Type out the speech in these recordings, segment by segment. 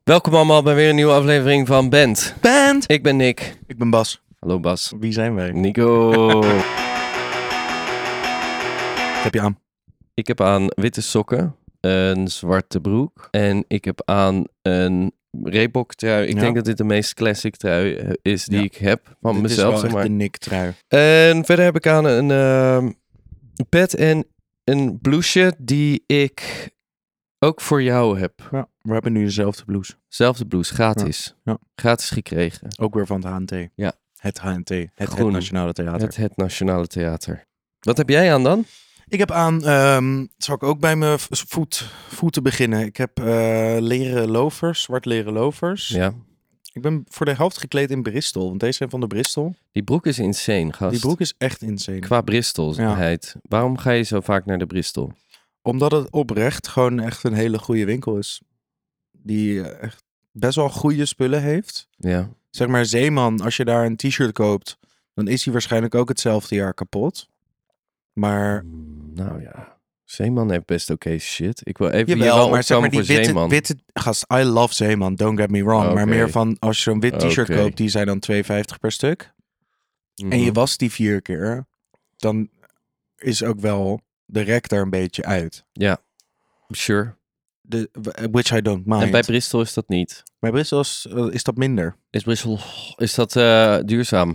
Welkom allemaal bij weer een nieuwe aflevering van Band. Band! Ik ben Nick. Ik ben Bas. Hallo Bas. Wie zijn wij? Nico. Wat heb je aan? Ik heb aan witte sokken, een zwarte broek en ik heb aan een Reebok trui. Ik denk dat dit de meest classic trui is die ik heb van Dit mezelf. is wel zeg maar. echt de Nick-trui. En verder heb ik aan een pet en een blouseje die ik ook voor jou heb. Ja, we hebben nu dezelfde blouse. Zelfde blouse, gratis. Ja. Gratis gekregen. Ook weer van het HNT. Ja. Het HNT. Het Groen. Nationale Theater. Het Nationale Theater. Wat heb jij aan dan? Ik heb aan, zal ik ook bij mijn voeten beginnen. Ik heb leren loafers, zwart leren loafers. Ja. Ik ben voor de helft gekleed in Bristol, want deze zijn van de Bristol. Die broek is insane, gast. Die broek is echt insane. Qua Bristolheid. Waarom ga je zo vaak naar de Bristol? Omdat het oprecht gewoon echt een hele goede winkel is. Die echt best wel goede spullen heeft. Ja. Zeg maar Zeeman, als je daar een t-shirt koopt, dan is hij waarschijnlijk ook hetzelfde jaar kapot. Maar Nou ja, Zeeman heeft best oké shit. Ik wil even hier jawel, wel maar zeg maar opkomen die voor Zeeman. witte gast, I love Zeeman, don't get me wrong. Maar Oké. meer van, als je zo'n wit t-shirt Oké. koopt, die zijn dan $2,50 per stuk. Mhm. En je wast die 4 keer, dan is ook wel de rek daar een beetje uit. Ja, sure. Which I don't mind. En bij Bristol is dat niet. Bij Bristol is dat minder. Is dat duurzaam?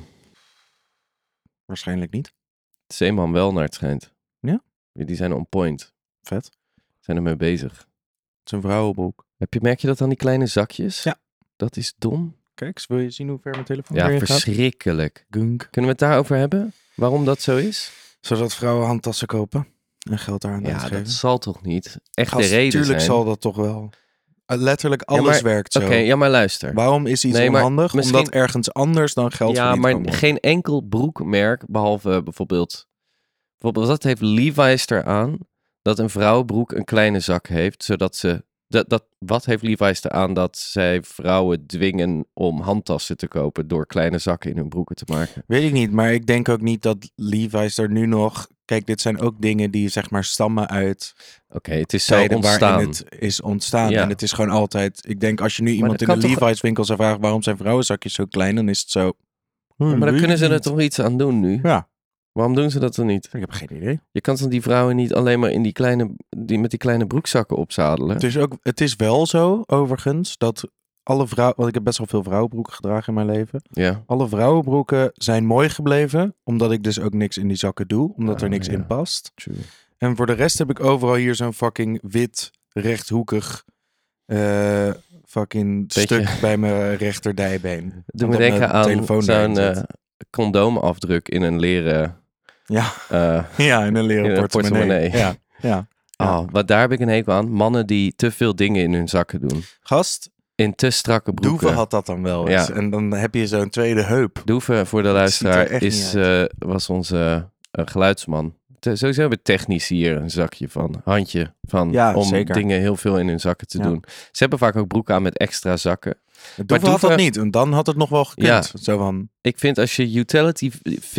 Waarschijnlijk niet. Zeeman wel naar het schijnt. Ja? Die zijn on point. Vet. Zijn ermee bezig. Het is een vrouwenbroek. Merk je dat aan die kleine zakjes? Ja. Dat is dom. Kijk, wil je zien hoe ver mijn telefoon Ja, erin gaat? verschrikkelijk. Gunk. Kunnen we het daarover hebben? Waarom dat zo is? Zodat vrouwen handtassen kopen en geld daar aan Ja, uitgeven. dat zal toch niet echt de Gast, reden tuurlijk zijn? zal dat toch wel. Letterlijk Ja, alles maar- werkt zo. Oké, ja, maar luister. Waarom is iets Nee, maar onhandig? misschien- Omdat ergens anders dan geld Ja, verdiend maar kan worden. geen enkel broekmerk, behalve bijvoorbeeld wat heeft Levi's eraan, dat een vrouwenbroek een kleine zak heeft, zodat ze, wat heeft Levi's eraan dat zij vrouwen dwingen om handtassen te kopen door kleine zakken in hun broeken te maken? Weet ik niet, maar ik denk ook niet dat Levi's er nu nog... Kijk, dit zijn ook dingen die zeg maar stammen uit Oké, het is zo tijden ontstaan. waarin het is ontstaan. Ja. En het is gewoon altijd... Ik denk als je nu iemand dat in een kan toch- Levi's winkel zou vragen waarom zijn vrouwenzakjes zo klein, dan is het zo... Maar dan kunnen ze er toch iets aan doen nu? Ja, Waarom doen ze dat dan niet? ik heb geen idee. Je kan dan die vrouwen niet alleen maar in met die kleine broekzakken opzadelen? Het is wel zo, overigens, dat alle vrouwen... Want ik heb best wel veel vrouwenbroeken gedragen in mijn leven. Ja. Alle vrouwenbroeken zijn mooi gebleven, omdat ik dus ook niks in die zakken doe, omdat er niks ja. in past. True. En voor de rest heb ik overal hier zo'n fucking wit, rechthoekig fucking Beetje- stuk bij mijn rechterdijbeen. Doe me Want op denken mijn aan telefoon erin zo'n zit. condoomafdruk in een leren... Ja, eh, ja, in een leren in een portemonnee. portemonnee. Ja. Ja. wat daar heb ik een hekel aan. Mannen die te veel dingen in hun zakken doen. Gast, In te strakke broeken. Doeven had dat dan wel eens. Ja. En dan heb je zo'n tweede heup. Doeven, voor de Dat ziet er luisteraar, echt niet was onze geluidsman. Sowieso hebben technici hier een zakje van. Handje van. Ja, om zeker. dingen heel veel in hun zakken te Ja. doen. Ze hebben vaak ook broeken aan met extra zakken. Doeven had dat Doeven- niet. En dan had het nog wel gekund. Ja. Zo van, Ik vind als je utility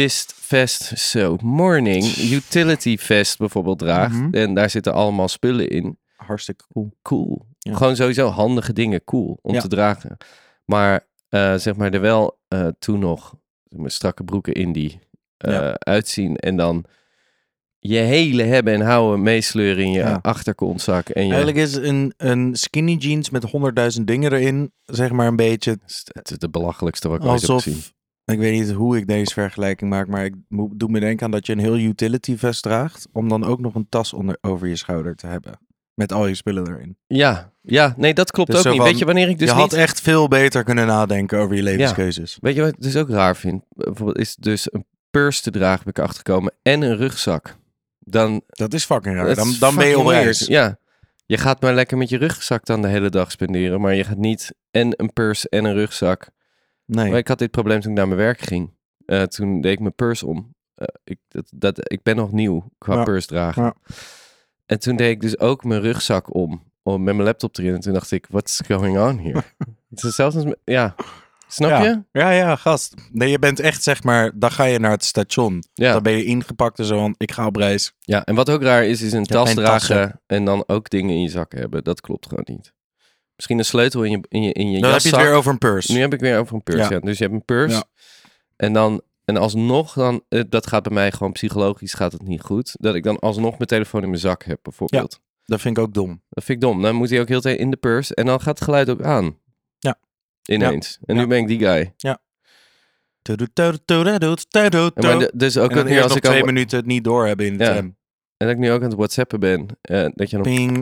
vest bijvoorbeeld draagt. Mhm. En daar zitten allemaal spullen in. hartstikke cool. Cool. Ja. Gewoon sowieso handige dingen, cool om Ja. te dragen. Maar zeg maar er wel toen nog met strakke broeken in die uitzien. En dan je hele hebben en houden meesleuren in je Ja. achterkontzak. En je, Eigenlijk is een skinny jeans met 100.000 dingen erin, zeg maar een beetje het is de belachelijkste wat ik ooit heb alsof... gezien. Ik weet niet hoe ik deze vergelijking maak, maar ik doe me denken aan dat je een heel utility vest draagt, om dan ook nog een tas over je schouder te hebben. Met al je spullen erin. Ja, nee, dat klopt Dus ook zo niet. van, Weet je wanneer ik dus je niet... had echt veel beter kunnen nadenken over je levenskeuzes. Weet je wat ik dus ook raar vind? Bijvoorbeeld is dus een purse te dragen, ben ik achtergekomen, en een rugzak. Dan Dat is fucking raar. dat is Dan ben je op fucking reis. weird. Ja, je gaat maar lekker met je rugzak dan de hele dag spenderen, maar je gaat niet en een purse en een rugzak. Nee. Maar ik had dit probleem toen ik naar mijn werk ging. Toen deed ik mijn purse om. Ik ben nog nieuw qua Ja. purse dragen. Ja. En toen deed ik dus ook mijn rugzak om met mijn laptop erin. En toen dacht ik, what's going on here? Het is zelfs ja. Snap je? Ja, gast. Nee, je bent echt, zeg maar, dan ga je naar het station. Ja. Dan ben je ingepakt en zo van, ik ga op reis. Ja, en wat ook raar is een tas geen dragen tassen. en dan ook dingen in je zak hebben. Dat klopt gewoon niet. Misschien een sleutel in je Dan heb je jaszak. het weer over een purse. Nu heb ik weer over een purse. Ja. Ja. Dus je hebt een purse. Ja. En alsnog dan... dat gaat bij mij gewoon psychologisch gaat het niet goed. Dat ik dan alsnog mijn telefoon in mijn zak heb, bijvoorbeeld. Dat vind ik ook dom. Dat vind ik dom. Dan moet hij ook heel de tijd in de purse. En dan gaat het geluid ook aan. Ja. Ineens. En Ja. nu ben ik die guy. Ja. Maar dus ook En dan nu eerst als nog ik 2 al... minuten het niet doorhebben in de Ja. tram. En dat ik nu ook aan het WhatsAppen ben. Dat je dan... Ping.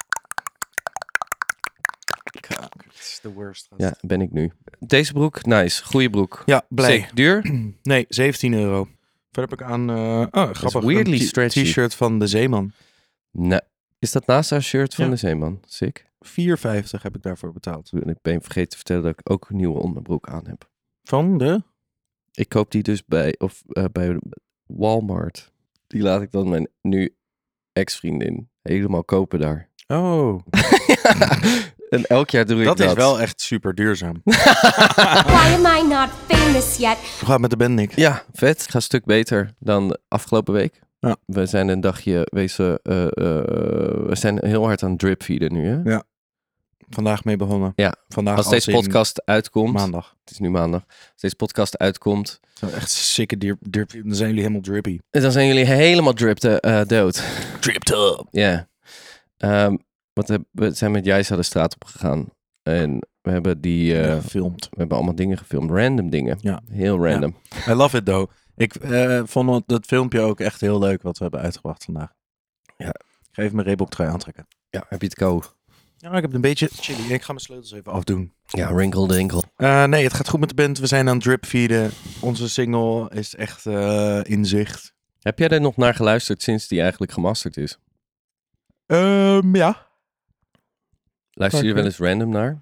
Het is de worst. Ja, ben ik nu. Deze broek, nice. Goeie broek. Ja, blij. Sick. Duur? Nee, €17. Verder heb ik aan... grappig. weirdly een stretchy. t-shirt van de Zeeman. Nee. Is dat naast haar shirt van Ja. de Zeeman? Sick. €4,50 heb ik daarvoor betaald. Ik ben vergeten te vertellen dat ik ook een nieuwe onderbroek aan heb. Van de... Ik koop die dus bij Walmart. Die laat ik dan mijn nu ex-vriendin helemaal kopen daar. Oh, En elk jaar doe ik dat. dat is wel echt super duurzaam. Why am I not famous yet? Hoe gaat het met de band, Nick? Ja, vet. Het gaat een stuk beter dan afgelopen week. Ja. We zijn een dagje wezen... we zijn heel hard aan het dripfeeden nu, hè? Ja. Vandaag mee begonnen. Ja. Vandaag Als deze in podcast uitkomt... maandag. Het is nu maandag. Als deze podcast uitkomt... Zo echt sikke drip. Dan zijn jullie helemaal drippy. dan zijn jullie helemaal dripped dood. Dripped up. Ja. We zijn met Jijsa de straat op gegaan. En we hebben Gefilmd. we hebben allemaal dingen gefilmd. Random dingen. Ja. Heel random. I love it though. Ik vond dat filmpje ook echt heel leuk wat we hebben uitgebracht vandaag. Ja. Ik ga even mijn Reebok trui aantrekken. Ja, heb je het kou? Ja, ik heb het een beetje chilly. Ik ga mijn sleutels even afdoen. Ja, wrinkle dinkel. Nee, het gaat goed met de band. We zijn aan het dripfeeden. Onze single is echt in zicht. Heb jij er nog naar geluisterd sinds die eigenlijk gemasterd is? Ja. Luister je er wel eens random naar?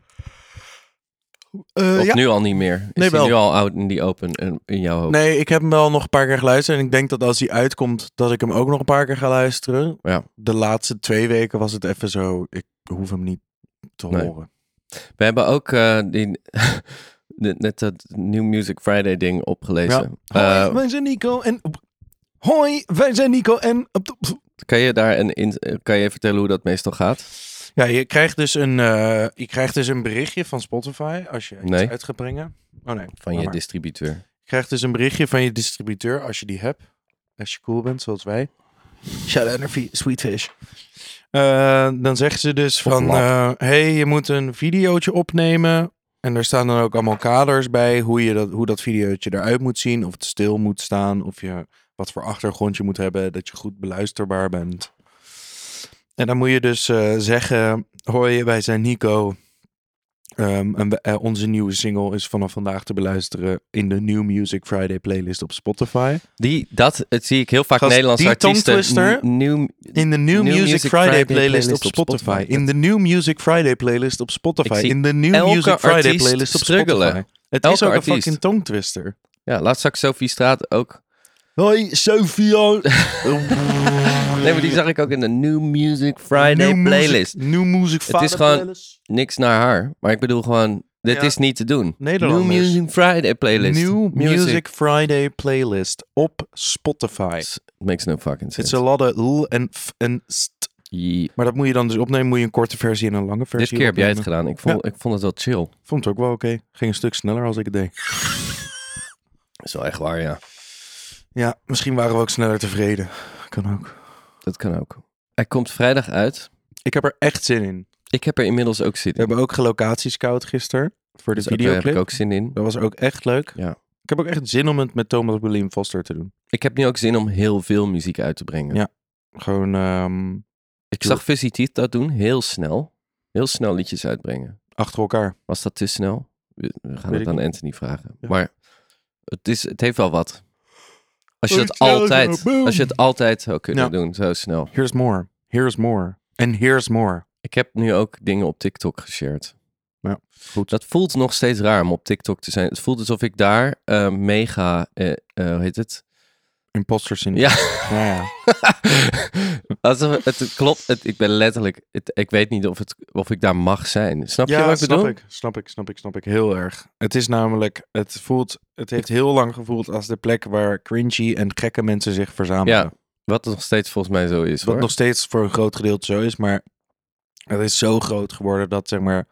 Of ja. nu al niet meer? Is Nee, die wel. nu al out in die open in jouw hoofd? Nee, ik heb hem wel nog een paar keer geluisterd. En ik denk dat als hij uitkomt, dat ik hem ook nog een paar keer ga luisteren. Ja. De laatste 2 weken was het even zo, ik hoef hem niet te Nee. horen. We hebben ook net dat New Music Friday ding opgelezen. Hoi, wij zijn Nico en... Hoi, wij zijn Nico en... Kan je vertellen hoe dat meestal gaat? Ja, je krijgt dus een berichtje van Spotify als je iets uit gaat brengen. Oh nee. Van je distributeur. Je krijgt dus een berichtje van je distributeur als je die hebt. Als je cool bent, zoals wij. Shout-out naar Sweetfish. Dan zeggen ze dus van... hey, je moet een videootje opnemen. En er staan dan ook allemaal kaders bij hoe dat videootje eruit moet zien. Of het stil moet staan. Of je wat voor achtergrond je moet hebben. Dat je goed beluisterbaar bent. En dan moet je dus zeggen... Hoi, wij zijn Nico. Onze nieuwe single is vanaf vandaag te beluisteren in de New Music Friday playlist op Spotify. Het zie ik heel vaak Gast, Nederlandse die artiesten. tongtwister in de New Music Friday playlist op Spotify. In de New Music Friday playlist op Spotify. In de New Music Friday playlist op Spotify. Het is ook een fucking tongtwister. Ja, laatst zag ik Sophie Straat ook. Hoi, Sophia. Nee, maar die zag ik ook in de New Music Friday playlist. New Music Friday Het is gewoon playlist. niks naar haar. Maar ik bedoel gewoon, dit is niet te doen. Nederlanders. New Music Friday playlist. New Music Friday playlist op Spotify. Makes no fucking sense. It's a lot of l en f en st. Yeah. Maar dat moet je dan dus opnemen. Moet je een korte versie en een lange versie Dit keer heb jij het opnemen. gedaan. Ik vond het wel chill. Vond het ook wel oké. Ging een stuk sneller als ik het deed. Dat is wel echt waar, ja. Ja, misschien waren we ook sneller tevreden. Kan ook. Dat kan ook. Hij komt vrijdag uit. Ik heb er echt zin in. Ik heb er inmiddels ook zin We in. hebben ook gelocatiescout gisteren. Voor de Dus daar videoclip. heb ik ook zin in. Dat was ook echt leuk. Ja. Ik heb ook echt zin om het met Thomas William Foster te doen. Ik heb nu ook zin om heel veel muziek uit te brengen. Ja. Gewoon Ik zag Fuzzy Teeth dat doen. Heel snel. Heel snel liedjes uitbrengen. achter elkaar. Was dat te snel? We gaan Weet het ik aan niet. Anthony vragen. Ja. Maar het heeft wel wat. Als je het altijd zou kunnen doen, zo snel. Here's more. Here's more. En here's more. Ik heb nu ook dingen op TikTok geshared. Ja, goed. Dat voelt nog steeds raar om op TikTok te zijn. Het voelt alsof ik daar mega, hoe heet het? Imposter syndrome. Ja. Ja. Alsof het klopt. Ik ben letterlijk, ik weet niet of ik daar mag zijn. Snap je wat ik bedoel? Snap ik heel erg. Het is namelijk, het heeft heel lang gevoeld als de plek waar cringy en gekke mensen zich verzamelen. Ja, wat nog steeds volgens mij zo is. Wat hoor. nog steeds voor een groot gedeelte zo is, maar het is zo groot geworden dat zeg maar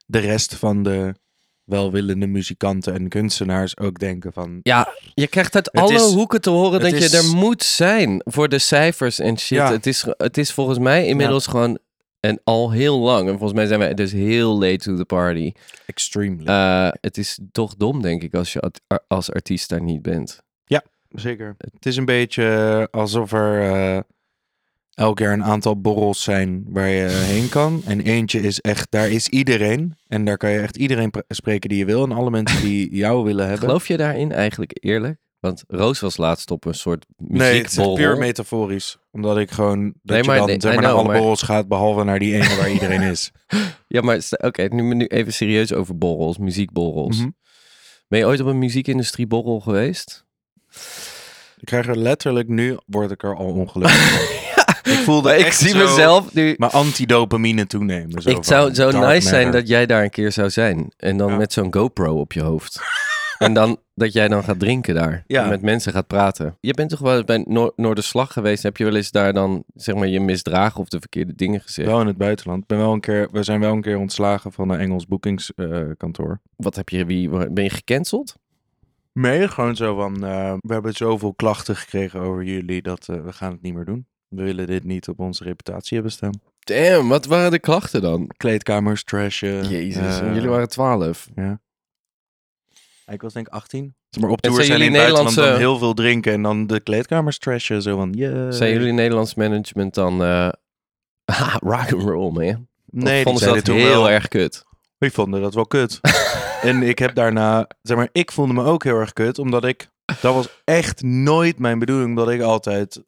de rest van de welwillende muzikanten en kunstenaars ook denken van... Ja, je krijgt uit Het alle is- hoeken te horen dat het je is- er moet zijn voor de cijfers en shit. Ja. Het is volgens mij inmiddels gewoon, en al heel lang, en volgens mij zijn wij dus heel late to the party. Extremely. Het is toch dom, denk ik, als je als artiest daar niet bent. Zeker. Het is een beetje alsof er elk jaar een aantal borrels zijn waar je heen kan. En eentje is echt, daar is iedereen. En daar kan je echt iedereen spreken die je wil. En alle mensen die jou willen hebben. Geloof je daarin eigenlijk eerlijk? Want Roos was laatst op een soort Nee, het is echt muziekborrel. puur metaforisch. Omdat ik gewoon, dat Nee, je maar dan nee, zeg I maar naar know, alle maar- borrels gaat, behalve naar die ene waar iedereen is. Ja, maar oké, nu even serieus over borrels, muziekborrels. Mhm. Ben je ooit op een muziekindustrieborrel geweest? Ik krijg er letterlijk, nu word ik er al ongelukkig van. Ik voelde Maar ik echt zie zo mezelf nu... mijn antidopamine toenemen. Zo Het zou van zo dark nice zijn matter. dat jij daar een keer zou zijn. En dan Ja. met zo'n GoPro op je hoofd. En dan dat jij dan gaat drinken daar. Ja. En met mensen gaat praten. Je bent toch wel eens bij Noorderslag geweest. Heb je wel eens daar dan, zeg maar, je misdragen of de verkeerde dingen gezegd? Wel in het buitenland. We zijn wel een keer ontslagen van een Engels boekingskantoor. Wat heb je, ben je gecanceld? Nee, gewoon zo van, we hebben zoveel klachten gekregen over jullie dat we gaan het niet meer doen. We willen dit niet op onze reputatie hebben staan. Damn, wat waren de klachten dan? Kleedkamers, trashen. Jezus, en jullie waren 12. Ja. Ik was denk ik 18. Zeg maar op En tour zijn zijn in jullie het buitenland dan Nederlandse- heel veel drinken en dan de kleedkamers trashen. Zo van, yeah. Zijn jullie Nederlands management dan rock and roll, man? Nee, Of die vonden ze zeiden dat toen heel wel. erg kut? Die vonden dat wel kut. En ik heb daarna, zeg maar, ik voelde me ook heel erg kut, omdat dat was echt nooit mijn bedoeling, omdat ik altijd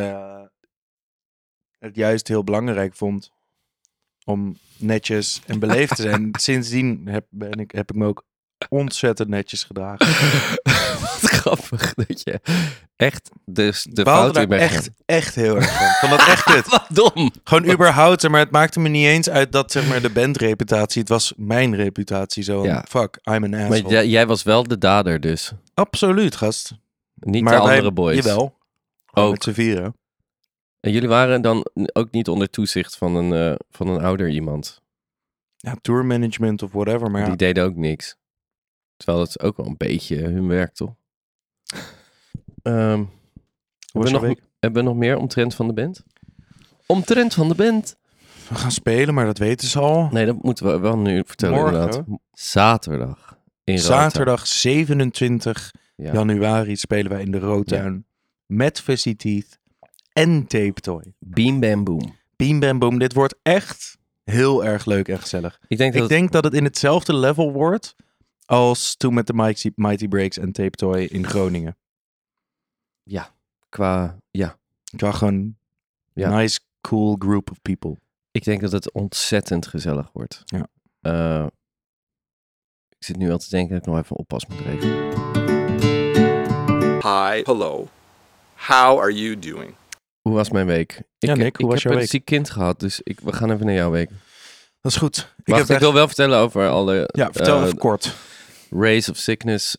het juist heel belangrijk vond om netjes en beleefd te zijn. Sindsdien heb ik me ook ontzettend netjes gedragen. Wat grappig dat je echt dus de Ik baalde fout in daar bent. echt heel erg van. Ik vond dat echt kut. Wat dom. Gewoon überhaupt, maar het maakte me niet eens uit dat, zeg maar, de bandreputatie. Het was mijn reputatie zo. Ja. Fuck, I'm an asshole. Maar jij was wel de dader dus. Absoluut, gast. Niet Maar de wij- andere boys. Jawel. Gewoon Ook. met z'n vieren. En jullie waren dan ook niet onder toezicht van een ouder iemand. Ja, tourmanagement of whatever. Maar ja, Die deden ook niks. Terwijl dat is ook wel een beetje hun werk, toch? hoe was je week? Hebben we nog meer omtrent van de band? Omtrent van de band? We gaan spelen, maar dat weten ze al. Nee, dat moeten we wel nu vertellen Morgen? inderdaad. Zaterdag. In Rota. Zaterdag 27 Ja. januari spelen wij in de Roodtuin. Met Fuzzy Teeth en Tape Toy. Beam Bam Boom. Beam Bam Boom. Dit wordt echt heel erg leuk en gezellig. Ik denk dat Ik denk dat het in hetzelfde level wordt als toen met de Mighty Breaks en Tape Toy in Groningen. qua... Ja, Het was gewoon Ja. nice, cool group of people. ik denk dat het ontzettend gezellig wordt. Ja. Ik zit nu al te denken dat ik nog even een oppas moet regelen. Hi, hello. How are you doing? Hoe was mijn week? Ja, Nick, hoe was ik jouw heb week? een ziek kind gehad, dus we gaan even naar jouw week. Dat is goed. Wacht, ik wil wel vertellen over alle Ja, vertel even kort. Rays of Sickness.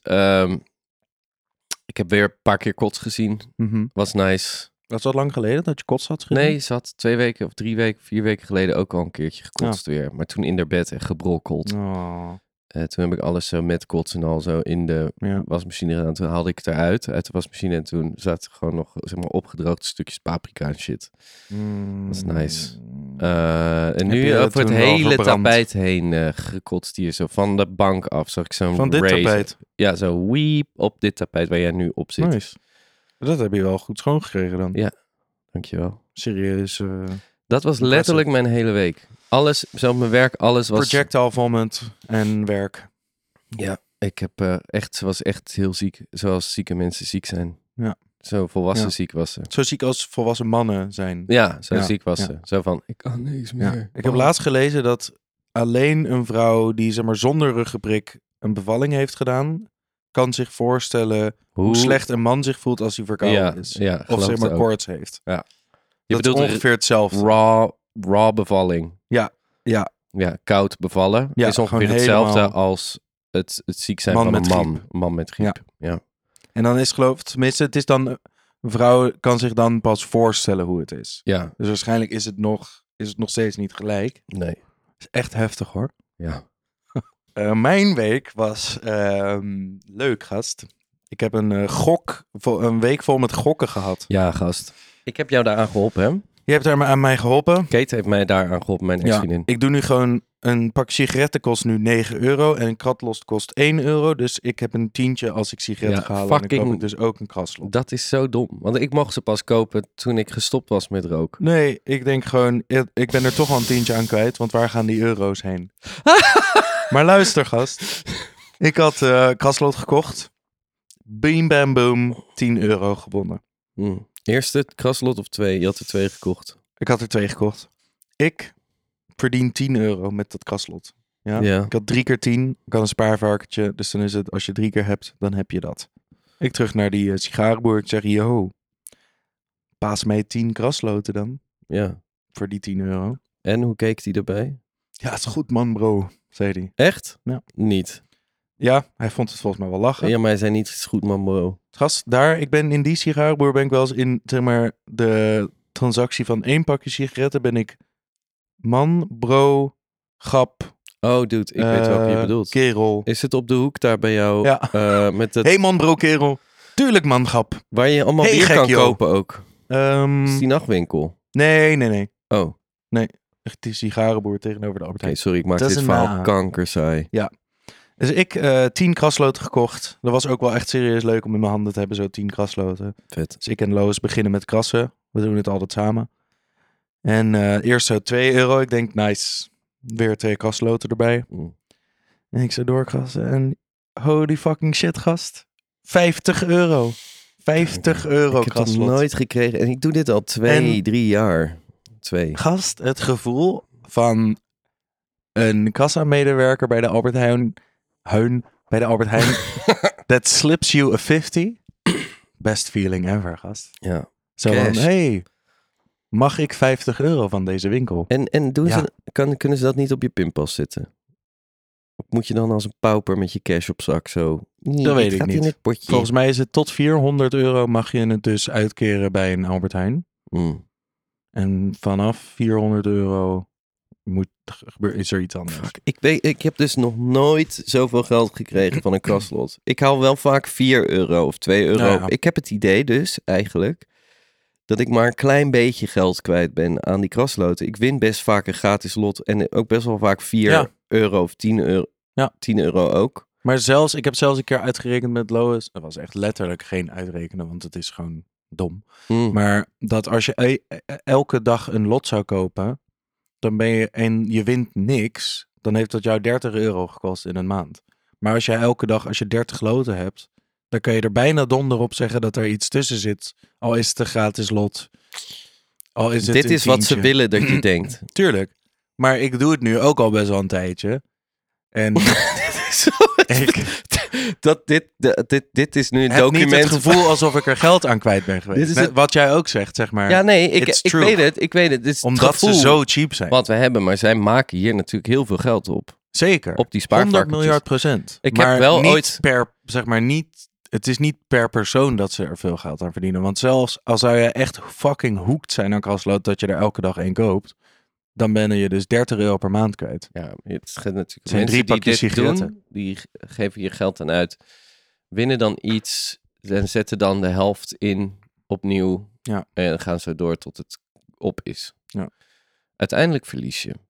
Ik heb weer een paar keer kots gezien. Was nice. Was dat lang geleden dat je kots had gezien? Nee, ze had 2 weken of 3 weken, 4 weken geleden ook al een keertje gekotst weer. Maar toen in haar bed en gebrokkeld. Oh, Toen heb ik alles zo met kots en al zo in de ja. wasmachine gedaan. Toen haalde ik het eruit uit de wasmachine. En toen zaten gewoon nog, zeg maar, opgedroogde stukjes paprika en shit. Dat is nice. En Heb nu je over het toen wel hele verbrand? tapijt heen gekotst hier. Zo van de bank af. Zag ik zo'n Van dit Ray- tapijt? Ja, zo wiep op dit tapijt waar jij nu op zit. Nice. Dat heb je wel goed schoongekregen dan. Ja. Dankjewel. Serieus. Dat was letterlijk mijn hele week. Alles, zo op mijn werk, alles was... Projectile vomit en werk. Ja, ik heb ze was echt heel ziek. Zoals zieke mensen ziek zijn. Ja. Zo volwassen Ja. ziek was ze. Zo ziek als volwassen mannen zijn. Ja, zo Ja, ziek was ja. ze. Zo van, ik kan niks meer. Ja. Ik heb laatst gelezen dat alleen een vrouw die, zeg maar, zonder ruggenprik een bevalling heeft gedaan, kan zich voorstellen hoe slecht een man zich voelt als hij verkouden Ja, is. ja, Of, geloof zeg maar, het ook. koorts heeft. Je Dat is bedoelt ongeveer hetzelfde. raw bevalling. Ja. Ja, koud bevallen Ja, is ongeveer gewoon hetzelfde helemaal- als het ziek zijn Man van een met man. griep. Man met griep. Ja. En dan is geloof ik, tenminste, het is dan, een vrouw kan zich dan pas voorstellen hoe het is. Ja, Dus waarschijnlijk is het nog steeds niet gelijk. nee. is echt heftig hoor. Ja. Mijn week was leuk, gast. Ik heb een week vol met gokken gehad. Ja, gast. Ik heb jou daaraan geholpen, hè? Je hebt aan mij geholpen. Kate heeft mij daaraan geholpen, mijn ex-vriendin. Ik doe nu gewoon een pak sigaretten kost nu €9 en een kratlost kost €1. Dus ik heb een tientje als ik sigaretten ga halen. En dan koop ik dus ook een kraslot. Dat is zo dom. Want ik mocht ze pas kopen toen ik gestopt was met roken. Nee, ik denk gewoon, ik ben er toch al een tientje aan kwijt, want waar gaan die euro's heen? Maar luister, gast. Ik had kraslot gekocht. Beam bam boom, €10 gewonnen. Eerste kraslot of 2? Je had er 2 gekocht. Ik had er 2 gekocht. Ik verdien €10 met dat kraslot. Ja? Ik had 3 keer 10. Ik had een spaarvarkentje. Dus dan is het, als je 3 keer hebt, dan heb je dat. Ik terug naar die sigarenboer. Ik zeg, yo, paas mij 10 krasloten dan. Ja. Voor die €10. En hoe keek hij erbij? Ja, is goed man, bro, zei hij. Echt? Ja. Niet. Ja, hij vond het volgens mij wel lachen. Ja, maar hij zei niet, het is goed man, bro. Gast, ik ben in die sigarenboer ben ik wel eens in, zeg maar, de transactie van 1 pakje sigaretten ben ik man, bro, grap. Oh, dude, ik weet welke je bedoelt. Kerel. Is het op de hoek daar bij jou? Ja. Met het... Hey man, bro, kerel. Tuurlijk man, grap. Waar je allemaal Hey, bier gek, kan joh. kopen ook. Is die nachtwinkel? Nee. Oh, Echt die sigarenboer tegenover de Albert oké, Heijn. sorry, ik maak Dat is dit een verhaal na. kankersaai. Ja. Dus ik 10 krasloten gekocht. Dat was ook wel echt serieus leuk om in mijn handen te hebben, zo 10 krasloten. Vet. Dus ik en Lois beginnen met krassen. We doen het altijd samen. En eerst zo €2. Ik denk, nice. Weer 2 krasloten erbij. En ik zo doorkrassen. En holy fucking shit, gast. €50. €50 Ik heb dat kraslot. nooit gekregen. En ik doe dit al 2-3 jaar. 2. Gast, het gevoel van een kassamedewerker bij de Albert Heijn. Bij de Albert Heijn. That slips you a 50. Best feeling ever, gast. Ja. Zo van, Cash. hey, mag ik €50 van deze winkel? En doen Ja. kunnen ze dat niet op je pinpas zetten? Of moet je dan als een pauper met je cash op zak zo? Nee, Dat weet dit ik gaat niet. in het potje. Volgens mij is het tot €400 mag je het dus uitkeren bij een Albert Heijn. En vanaf €400 is er iets anders. Fuck. Ik heb dus nog nooit zoveel geld gekregen van een kraslot. Ik haal wel vaak €4 of €2. Ja. Ik heb het idee dus eigenlijk dat ik maar een klein beetje geld kwijt ben aan die krasloten. Ik win best vaak een gratis lot en ook best wel vaak €4 of €10. Ja. €10 ook. Maar ik heb zelfs een keer uitgerekend met Lois. Dat was echt letterlijk geen uitrekenen, want het is gewoon dom. Maar dat als je elke dag een lot zou kopen, dan ben je en je wint niks, dan heeft dat jou €30 gekost in een maand. Maar als je 30 loten hebt, dan kan je er bijna donder op zeggen dat er iets tussen zit. Al is het een gratis lot. Al is het Dit een is wat ze tientje. willen dat je denkt. Tuurlijk. Maar ik doe het nu ook al best wel een tijdje. En Dit is nu een heb document. niet het gevoel alsof ik er geld aan kwijt ben geweest. Dit is het- Wat jij ook zegt, zeg maar. Ja, nee, ik It's true. weet het. Ik weet het. Dit is Omdat het gevoel ze zo cheap zijn. wat we hebben. Maar zij maken hier natuurlijk heel veel geld op. Zeker. Op die 100 spaarvarkentjes. miljard %. Ik maar heb wel niet ooit... het is niet per persoon dat ze er veel geld aan verdienen. Want zelfs al zou je echt fucking hooked zijn aan kraslood dat je er elke dag 1 koopt, dan ben je dus €30 per maand kwijt. Ja, het gaat natuurlijk... Het zijn 3 mensen die pakjes dit sigaretten. doen, die geven hier geld aan uit. Winnen dan iets en zetten dan de helft in opnieuw. Ja. En gaan zo door tot het op is. Ja. Uiteindelijk verlies je.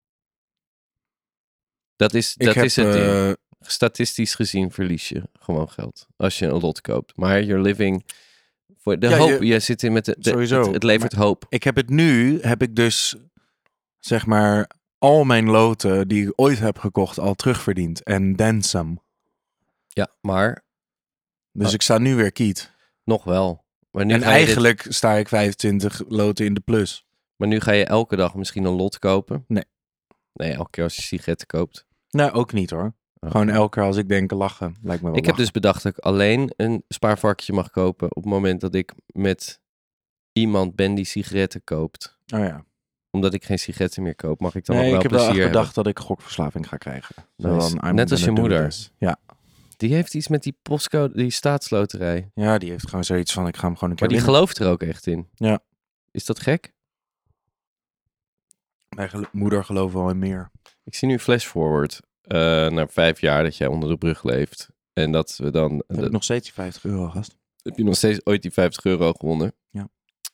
Dat is het ding. Statistisch gezien verlies je gewoon geld. Als je een lot koopt. Maar you're living... Voor de hoop. Je zit in met de sowieso. Het levert hoop. Heb ik dus, zeg maar, al mijn loten die ik ooit heb gekocht al terugverdiend. En then some. Ja, maar... Dus ik sta nu weer kiet. Nog wel. Maar nu En eigenlijk sta ik 25 loten in de plus. Maar nu ga je elke dag misschien een lot kopen? Nee. Nee, elke keer als je sigaretten koopt. Nou, ook niet hoor. Oh. Gewoon elke keer als ik denk lachen, lijkt me wel Ik heb dus bedacht dat ik alleen een spaarvarkentje mag kopen op het moment dat ik met iemand ben die sigaretten koopt. Oh ja. Omdat ik geen sigaretten meer koop, mag ik dan Nee, nog wel ik heb wel plezier echt bedacht hebben. dat ik gokverslaving ga krijgen. Nice. Zo van, Net als je gonna do moeder. this. Ja. Die heeft iets met die postcode, die staatsloterij. Ja, die heeft gewoon zoiets van, ik ga hem gewoon een keer Maar die winnen. gelooft er ook echt in. Ja. Is dat gek? Mijn moeder gelooft wel in meer. Ik zie nu flash forward. na 5 jaar dat jij onder de brug leeft. En dat we dan... Heb ik nog steeds die €50, gast. Heb je nog steeds ooit die €50 gewonnen. Ja.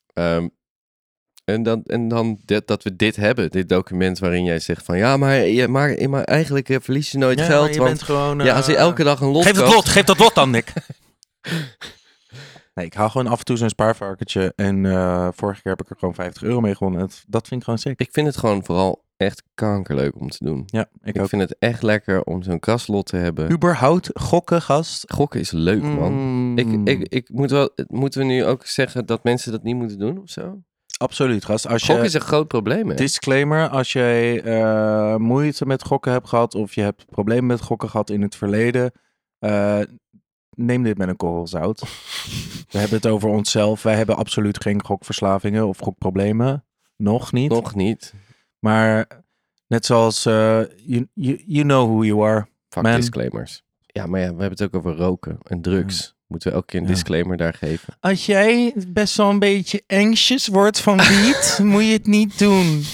En dan dat we dit hebben. Dit document waarin jij zegt van... Ja, maar eigenlijk verlies je nooit geld. Maar je want bent gewoon... als je elke dag een lot Geef dat lot dan, Nick. Nee, ik haal gewoon af en toe zo'n spaarvarkentje. En vorige keer heb ik er gewoon €50 mee gewonnen. Dat vind ik gewoon sick. Ik vind het gewoon vooral echt kankerleuk om te doen. Ja, Ik ook. vind het echt lekker om zo'n kraslot te hebben. Überhaupt gokken, gast. Gokken is leuk, man. Moeten we nu ook zeggen dat mensen dat niet moeten doen of zo? Absoluut, gast. Gokken is een groot probleem, hè? Disclaimer, als jij moeite met gokken hebt gehad... of je hebt problemen met gokken gehad in het verleden... neem dit met een korrel zout. We hebben het over onszelf. Wij hebben absoluut geen gokverslavingen of gokproblemen. Nog niet. Nog niet. Maar net zoals you know who you are. Fuck Man. disclaimers. Ja, maar we hebben het ook over roken en drugs. Moeten we elke keer een disclaimer daar geven? Als jij best wel een beetje anxious wordt van wiet, moet je het niet doen.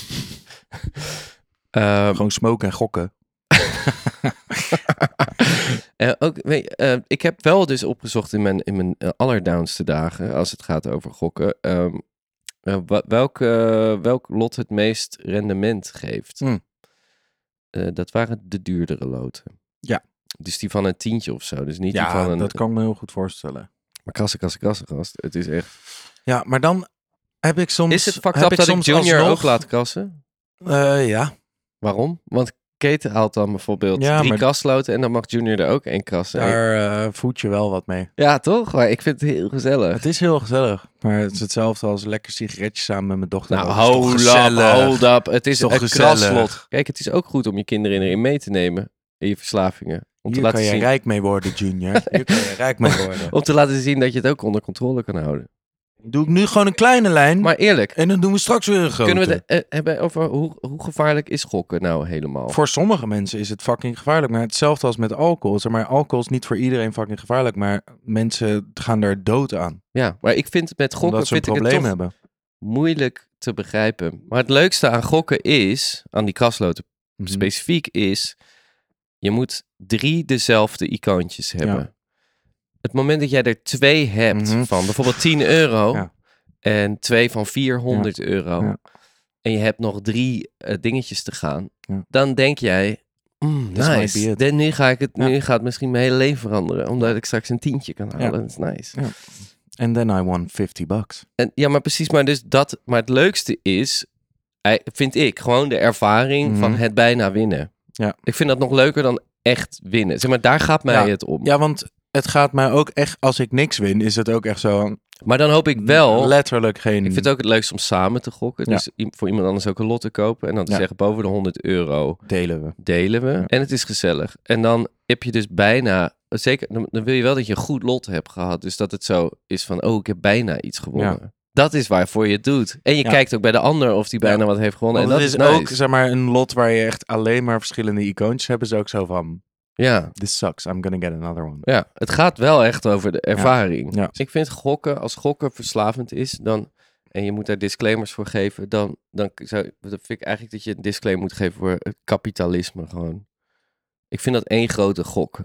Gewoon smoken en gokken. Ik heb wel dus opgezocht in mijn allerdownste dagen, als het gaat over gokken, welk lot het meest rendement geeft. Dat waren de duurdere loten. Ja. Dus die van een tientje of zo. Dus niet die van een... dat kan ik me heel goed voorstellen. Maar krassen, gast. Het is echt... Ja, maar dan heb ik soms... Is het fucked up dat ik Junior ook laat krassen? Ja. Waarom? Want Kate haalt dan bijvoorbeeld 3 krasloten en dan mag Junior er ook 1 krassen. Daar voed je wel wat mee. Ja, toch? Maar ik vind het heel gezellig. Het is heel gezellig. Maar het is hetzelfde als lekker sigaretjes samen met mijn dochter. Nou, hold up. Het is toch een kraslot. Kijk, het is ook goed om je kinderen erin mee te nemen. In je verslavingen. Om Hier te laten kan je zien... rijk mee worden, Junior. Hier kan je rijk mee worden. Om te laten zien dat je het ook onder controle kan houden. Doe ik nu gewoon een kleine lijn. Maar eerlijk. En dan doen we straks weer een grote. Kunnen we het hebben over hoe gevaarlijk is gokken nou helemaal? Voor sommige mensen is het fucking gevaarlijk. Maar hetzelfde als met alcohol. Zeg maar, alcohol is niet voor iedereen fucking gevaarlijk. Maar mensen gaan daar dood aan. Ja, maar ik vind het met gokken omdat ze een probleem hebben. Moeilijk te begrijpen. Maar het leukste aan gokken is, aan die krasloten specifiek is, je moet 3 dezelfde icoontjes hebben. Ja. Het moment dat jij er 2 hebt van bijvoorbeeld €10 en 2 van €400 en je hebt nog 3 dingetjes te gaan, dan denk jij, nice. Nu gaat misschien mijn hele leven veranderen, omdat ik straks een tientje kan halen. Dat is nice. Ja. And then I won $50. En, ja, maar precies, maar het leukste is, vind ik, gewoon de ervaring van het bijna winnen. Ja. Ik vind dat nog leuker dan echt winnen. Zeg maar, daar gaat mij het om. Ja, want het gaat mij ook echt, als ik niks win, is het ook echt zo. Maar dan hoop ik wel... Letterlijk geen... Ik vind het ook het leukst om samen te gokken. Ja. Dus voor iemand anders ook een lot te kopen. En dan te zeggen, boven de €100... Delen we. Ja. En het is gezellig. En dan heb je dus bijna... Zeker, dan wil je wel dat je een goed lot hebt gehad. Dus dat het zo is van, ik heb bijna iets gewonnen. Ja. Dat is waarvoor je het doet. En je kijkt ook bij de ander of die bijna wat heeft gewonnen. Want en dat is nice. ook, zeg maar, een lot waar je echt alleen maar verschillende icoontjes hebt. Is ook zo van... Ja. This sucks, I'm gonna get another one. Ja, het gaat wel echt over de ervaring. Ja. Ik vind als gokken verslavend is, dan, en je moet daar disclaimers voor geven, dan vind ik eigenlijk dat je een disclaimer moet geven voor het kapitalisme gewoon. Ik vind dat 1 grote gok.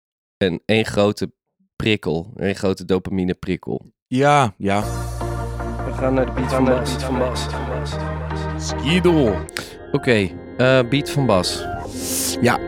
En 1 grote prikkel. 1 grote dopamine prikkel. Ja. We gaan naar de beat van Bas. Skiedel. Oké, beat van Bas. Ja.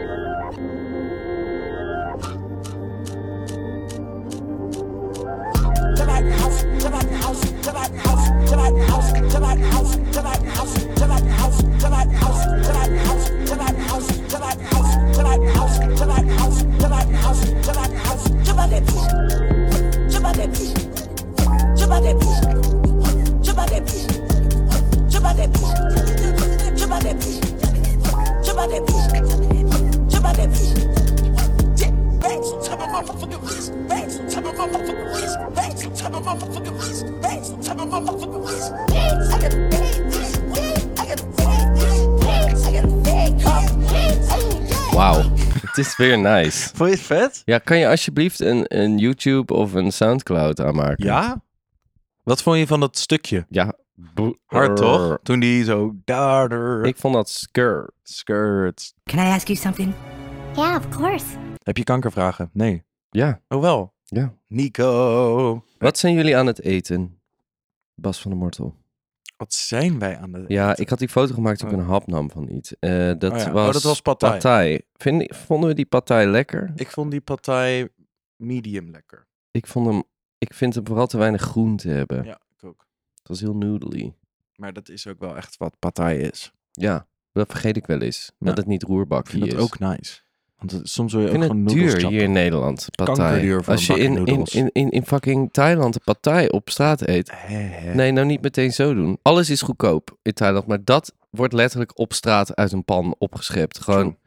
Wauw, het is weer nice. Vond je het vet? Ja, kan je alsjeblieft een YouTube of een Soundcloud aanmaken? Ja? Wat vond je van dat stukje? Ja, Hard toch? Toen die zo... Darder. Ik vond dat skr. Skirts. Can I ask you something? Yeah, of course. Heb je kankervragen? Nee. Ja, Oh wel. ja. Nico. Wat zijn jullie aan het eten? Bas van der Mortel. Wat zijn wij aan de... Ja, ik had die foto gemaakt toen ik een hap nam van iets. Dat was pad thai. Pad thai. Vonden we die pad thai lekker? Ik vond die pad thai medium lekker. Ik vind hem vooral te weinig groente hebben. Ja, ik ook. Het was heel noodly. Maar dat is ook wel echt wat pad thai is. Ja, dat vergeet ik wel eens. Ja. Dat het niet Ik roerbakje vind is. dat ook nice. Want soms wil je Ik ook vind gewoon het noedels duur chappen. hier in Nederland, pad thai. Kankerduur voor Als een je bakje noedels. in fucking Thailand de pad thai op straat eet. Nee, nou niet meteen zo doen. Alles is goedkoop in Thailand, maar dat wordt letterlijk op straat uit een pan opgeschept. Gewoon,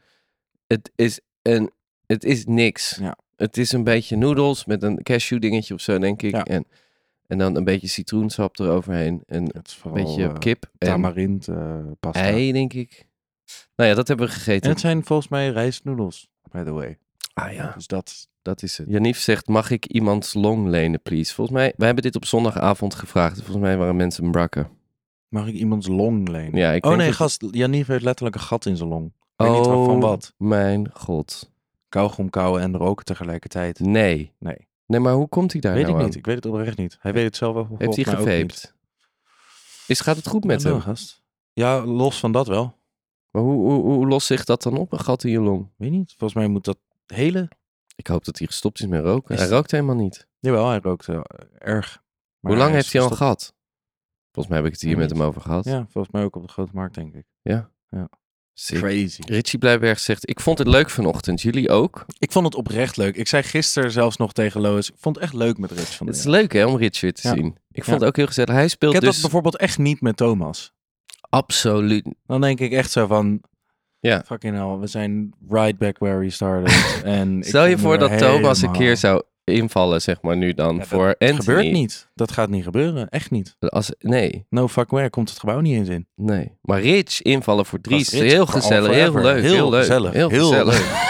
het is niks. Ja. Het is een beetje noedels met een cashew dingetje of zo, denk ik. Ja. En dan een beetje citroensap eroverheen. En Het is een vooral beetje kip. En tamarind pasta. ei, denk ik. Nou ja, dat hebben we En gegeten. het zijn volgens mij rijstnoedels, by the way. Ah ja, Dus dat is het. Janief zegt, mag ik iemands long lenen, please? Volgens mij, wij hebben dit op zondagavond gevraagd. Volgens mij waren mensen een brakken. Mag ik iemands long lenen? Ja, ik Oh denk nee, dat- gast. Janief heeft letterlijk een gat in zijn long. Ik weet niet van wat. Mijn god. Kauwgom kauwen en roken tegelijkertijd. Nee. Nee. Nee, maar hoe komt hij daar Weet nou ik aan? niet. Ik weet het oprecht niet. Hij weet het zelf wel. Heeft hij gevaped? Gaat het goed met Ja, hem? gast. Ja, los van dat wel. Maar hoe lost zich dat dan op, een gat in je long? Weet niet. Volgens mij moet dat hele... Ik hoop dat hij gestopt is met roken. Is- Hij rookt helemaal niet. Jawel, hij rookt erg. Maar Hoe lang is heeft hij al gestopt. gehad? Volgens mij heb ik het hier Weet met niet. hem over gehad. Ja, volgens mij ook op de Grote Markt, denk ik. Ja? Ja. Sick. Crazy. Richie Blijberg zegt, ik vond het leuk vanochtend. Jullie ook? Ik vond het oprecht leuk. Ik zei gisteren zelfs nog tegen Lois, ik vond het echt leuk met Rich van Het der is leuk hè, om Rich weer te Ja. zien. Ik vond het ook heel gezellig. Hij speelt Ik heb dus dat bijvoorbeeld echt niet met Thomas. absoluut... Dan denk ik echt zo van, Ja. fucking hell, we zijn right back where we started. En ik Stel je vond voor er dat Thomas een helemaal- keer zou invallen, zeg maar, nu dan, Ja, voor dat Anthony. gebeurt niet. Dat gaat niet gebeuren. Echt niet. Nee, No fuck where komt het gebouw niet eens in. nee. Maar Rich invallen voor Dries, Gast, Rich heel for all gezellig, heel forever. leuk, heel leuk. gezellig. Heel gezellig.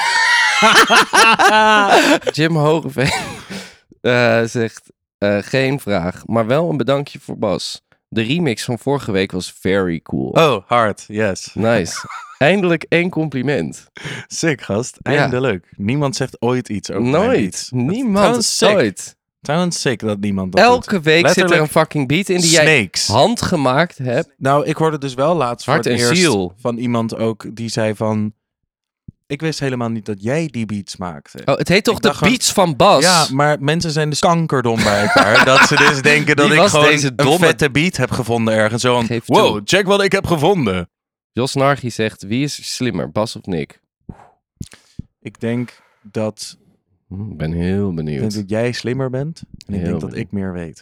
Jim Hogeveen zegt, geen vraag, maar wel een bedankje voor Bas. De remix van vorige week was very cool. Oh, hard. Yes. Nice. Eindelijk één compliment. Sick, gast. Ja. Eindelijk. Niemand zegt ooit iets over mijn Nooit. beats. Niemand Trouwens sick. ooit. Trouwens sick dat niemand dat doet. Elke week zit er Letterlijk een fucking beat in die jij Snakes. handgemaakt hebt. Nou, ik hoorde dus wel laatst Hart voor het en eerst ziel. van iemand ook die zei van... Ik wist helemaal niet dat jij die beats maakte. Oh, het heet toch Ik de dacht gewoon- beats van Bas? Ja, maar mensen zijn dus kankerdom bij elkaar. Dat ze dus denken dat Wie ik was gewoon deze een domme- vette beat heb gevonden ergens. Zo van, Geef wow, toe. check wat ik heb gevonden. Jos Nargi zegt, wie is slimmer, Bas of Nick? Ik denk dat, Ik ben heel benieuwd. jij slimmer bent. En ik Heel denk dat benieuwd. ik meer weet.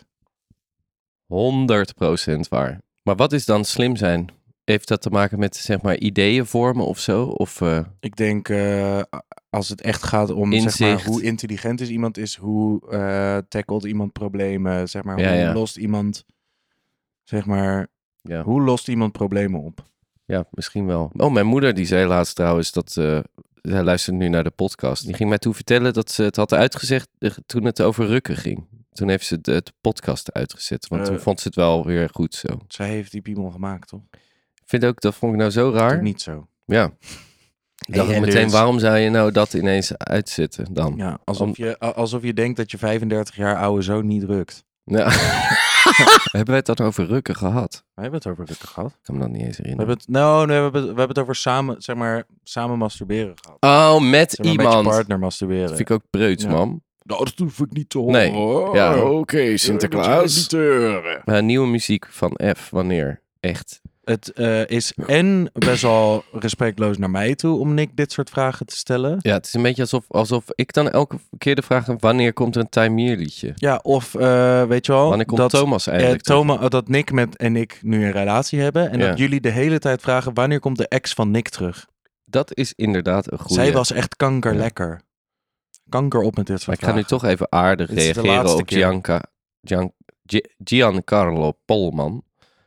100% waar. Maar wat is dan slim zijn? Heeft dat te maken met, zeg maar, ideeën vormen of zo? Of, Ik denk, als het echt gaat om zeg maar, Inzicht. hoe intelligent is iemand, hoe tackelt iemand problemen, zeg maar, Ja, hoe ja. lost iemand, zeg maar, ja. hoe lost iemand problemen op? Ja, misschien wel. Oh, mijn moeder die zei laatst trouwens dat... zij luistert nu naar de podcast. Die ging mij toen vertellen dat ze het had uitgezegd toen het over rukken ging. Toen heeft ze de podcast uitgezet. Want toen vond ze het wel weer goed zo. Zij heeft die piemel gemaakt, toch? Ik vind ook, dat vond ik nou zo Dat raar. is niet zo. Ja. Ik dacht Hey, meteen, Hendricks. waarom zou je nou dat ineens uitzetten dan? Ja, alsof je denkt dat je 35 jaar oude zoon niet rukt. Ja. Hebben wij het dan over rukken gehad? We hebben het over rukken gehad. Ik kan me dat niet eens We herinneren. hebben het over samen, zeg maar, samen masturberen gehad. Oh, met Zeg maar, met iemand. je partner Dat masturberen. vind ik ook preuts, Ja. man. Nou, dat hoef ik niet te horen. Nee. Ja. Oké, Sinterklaas. Niet te horen. Nieuwe muziek van F, wanneer? Echt. Het is en best wel respectloos naar mij toe om Nick dit soort vragen te stellen. Ja, het is een beetje alsof ik dan elke keer de vraag heb, wanneer komt er een Time Year liedje? Ja, of weet je wel, Wanneer komt dat, Thomas eindelijk terug? dat Nick en ik nu een relatie hebben en Ja. dat jullie de hele tijd vragen wanneer komt de ex van Nick terug. Dat is inderdaad een goede. Zij was echt kankerlekker. Kanker op met dit soort Maar ik ga nu vragen. toch even aardig Dit is de reageren laatste op keer. Giancarlo Polman.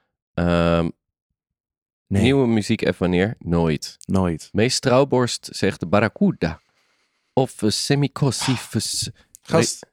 Nee, Nieuwe muziek even wanneer? Nooit. nooit. Meest Trouwborst zegt de Barracuda. Of Semicosifus. Gast,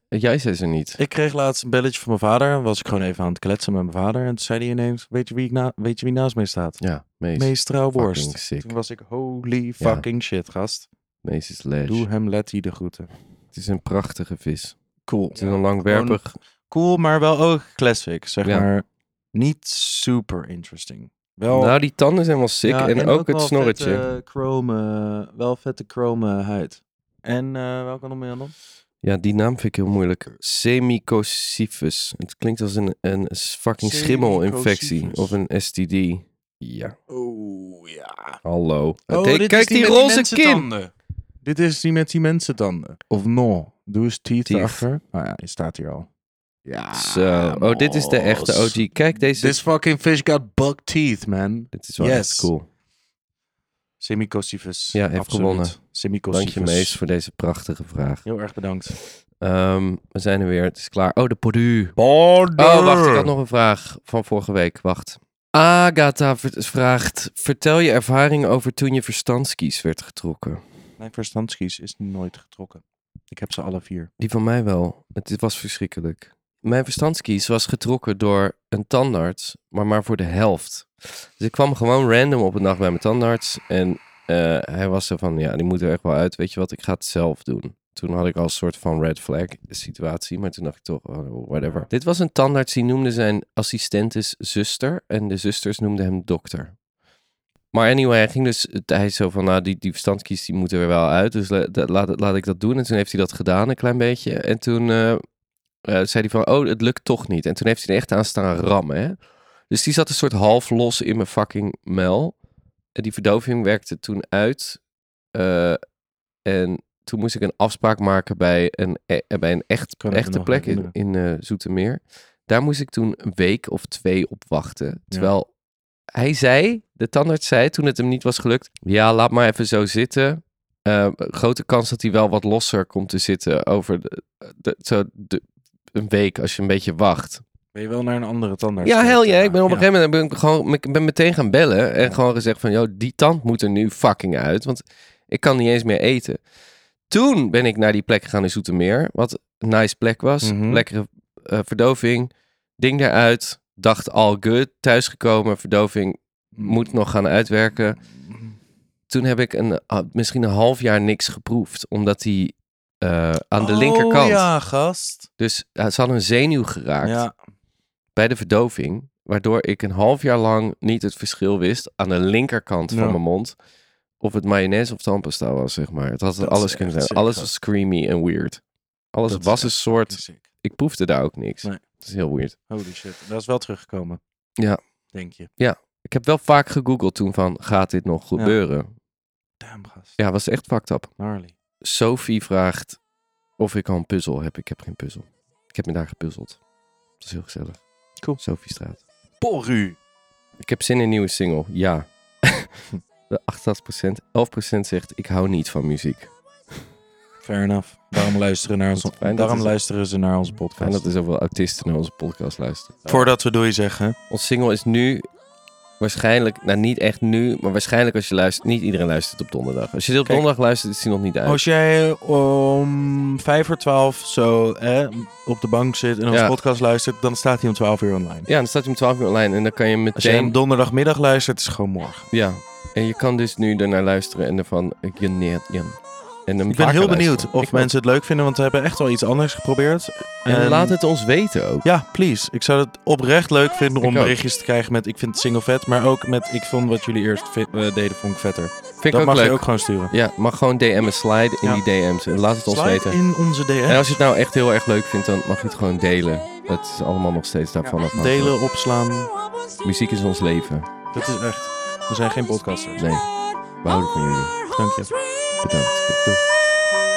Jij zei ze niet. Ik kreeg laatst een belletje van mijn vader. Was ik gewoon even aan het kletsen met mijn vader. En toen zei hij ineens, weet je wie naast mij staat? Ja, Mees. Mees Trouwborst. Fucking sick. Toen was ik, holy fucking shit, gast. Mees is lash. Doe hem Letty de groeten. Het is een prachtige vis. Cool. Het is een langwerpig... Cool, maar wel ook classic. Zeg Ja. maar, niet super interesting. Wel, Nou, die tanden zijn wel sick. ja, en ook het wel snorretje. wel vette chrome huid. En welke nog meer dan? Ja, die naam vind ik heel moeilijk. Semicosifus. Het klinkt als een fucking schimmelinfectie. Semicosifus. Of een STD. Ja, Oh, ja. hallo. Dit Kijk is die met roze mensentanden. kin. Dit is die met die mensentanden. Of no. Doe eens teeth Teeth. achter. Ah ja, je staat hier al. Ja. Zo. Oh, dit is de echte mos. OG. Kijk, deze... This fucking fish got buck teeth, man. Dit is wel Yes. echt cool. Semicosifus. Ja, heeft Absoluut. gewonnen. Semicosifus. Dank je, Mees, voor deze prachtige vraag. Heel erg bedankt. We zijn er weer. Het is klaar. Oh, de podu. Oh, wacht. Ik had nog een vraag van vorige week. Wacht. Agatha vraagt... Vertel je ervaring over toen je verstandskies werd getrokken. Mijn verstandskies is nooit getrokken. Ik heb ze alle 4. Die van mij wel. Het was verschrikkelijk. Mijn verstandskies was getrokken door een tandarts, maar voor de helft. Dus ik kwam gewoon random op een dag bij mijn tandarts. En hij was zo van, ja, die moet er echt wel uit. Weet je wat, ik ga het zelf doen. Toen had ik al een soort van red flag situatie. Maar toen dacht ik toch, oh, whatever. Dit was een tandarts, die noemde zijn assistentes zuster. En de zusters noemden hem dokter. Maar anyway, hij ging dus, hij zo van, nou, die verstandskies die moeten er wel uit. Dus laat ik dat doen. En toen heeft hij dat gedaan, een klein beetje. En toen zei hij van, oh, het lukt toch niet. En toen heeft hij er echt aan staan rammen, hè. Dus die zat een soort half los in mijn fucking mel. En die verdoving werkte toen uit. En toen moest ik een afspraak maken bij een echte plek in Zoetermeer. Daar moest ik toen een week of 2 op wachten. Terwijl hij zei, de tandarts zei, toen het hem niet was gelukt, ja, laat maar even zo zitten. Grote kans dat hij wel wat losser komt te zitten over een week als je een beetje wacht. Ben je wel naar een andere tandarts? Ja, hell yeah. Ik ben op een gegeven moment ik ben meteen gaan bellen en gewoon gezegd van, joh, die tand moet er nu fucking uit, want ik kan niet eens meer eten. Toen ben ik naar die plek gegaan in Zoetermeer, wat een nice plek was. Lekkere verdoving, ding eruit, dacht all good, thuisgekomen, verdoving moet nog gaan uitwerken. Toen heb ik misschien een half jaar niks geproefd, omdat hij aan de linkerkant. Oh ja, gast. Dus ze hadden een zenuw geraakt bij de verdoving, waardoor ik een half jaar lang niet het verschil wist aan de linkerkant van mijn mond of het mayonaise of tandpasta was, zeg maar. Het had alles kunnen zijn. Sick, alles was screamy en weird. Alles dat was een soort... Sick. Ik proefde daar ook niks. Nee. Het is heel weird. Holy shit. Dat is wel teruggekomen. Ja. Denk je. Ja. Ik heb wel vaak gegoogeld toen van, gaat dit nog gebeuren? Damn, gast. Ja, was echt fucked up. Gnarly. Sophie vraagt of ik al een puzzel heb. Ik heb geen puzzel. Ik heb me daar gepuzzeld. Dat is heel gezellig. Cool. Sophiestraat. Porru. Ik heb zin in een nieuwe single. Ja. De 88%. 11% zegt, ik hou niet van muziek. Fair enough. Daarom luisteren ze naar onze podcast. Fijn dat er zoveel autisten naar onze podcast luisteren. Voordat we doei zeggen. Ons single is nu waarschijnlijk, nou niet echt nu, maar waarschijnlijk als je luistert, niet iedereen luistert op donderdag. Als je dit op donderdag luistert, is die nog niet uit. Als jij om 5:12 zo op de bank zit en onze podcast luistert, dan staat hij om 12 uur online. Ja, dan staat hij om 12 uur online en dan kan je meteen... Als jij hem donderdagmiddag luistert, is het gewoon morgen. Ja, en je kan dus nu ernaar luisteren en ervan... Ik ben heel benieuwd of mensen het leuk vinden, want we hebben echt wel iets anders geprobeerd. En laat het ons weten ook. Ja, please. Ik zou het oprecht leuk vinden om ook. berichtjes te krijgen met ik vind het single vet, maar ook met ik vond wat jullie eerst deden, vond ik vetter. Dat mag leuk. je ook gewoon sturen. Ja, mag gewoon DM'en, slide in die DM's en laat het ons weten. in onze DM's. En als je het nou echt heel erg leuk vindt, dan mag je het gewoon delen. Het is allemaal nog steeds daarvan afhankelijk. Delen, opslaan. Muziek is ons leven. Dat is echt. We zijn geen podcasters. Nee, we houden van jullie. Dank je. Bedankt. Doei.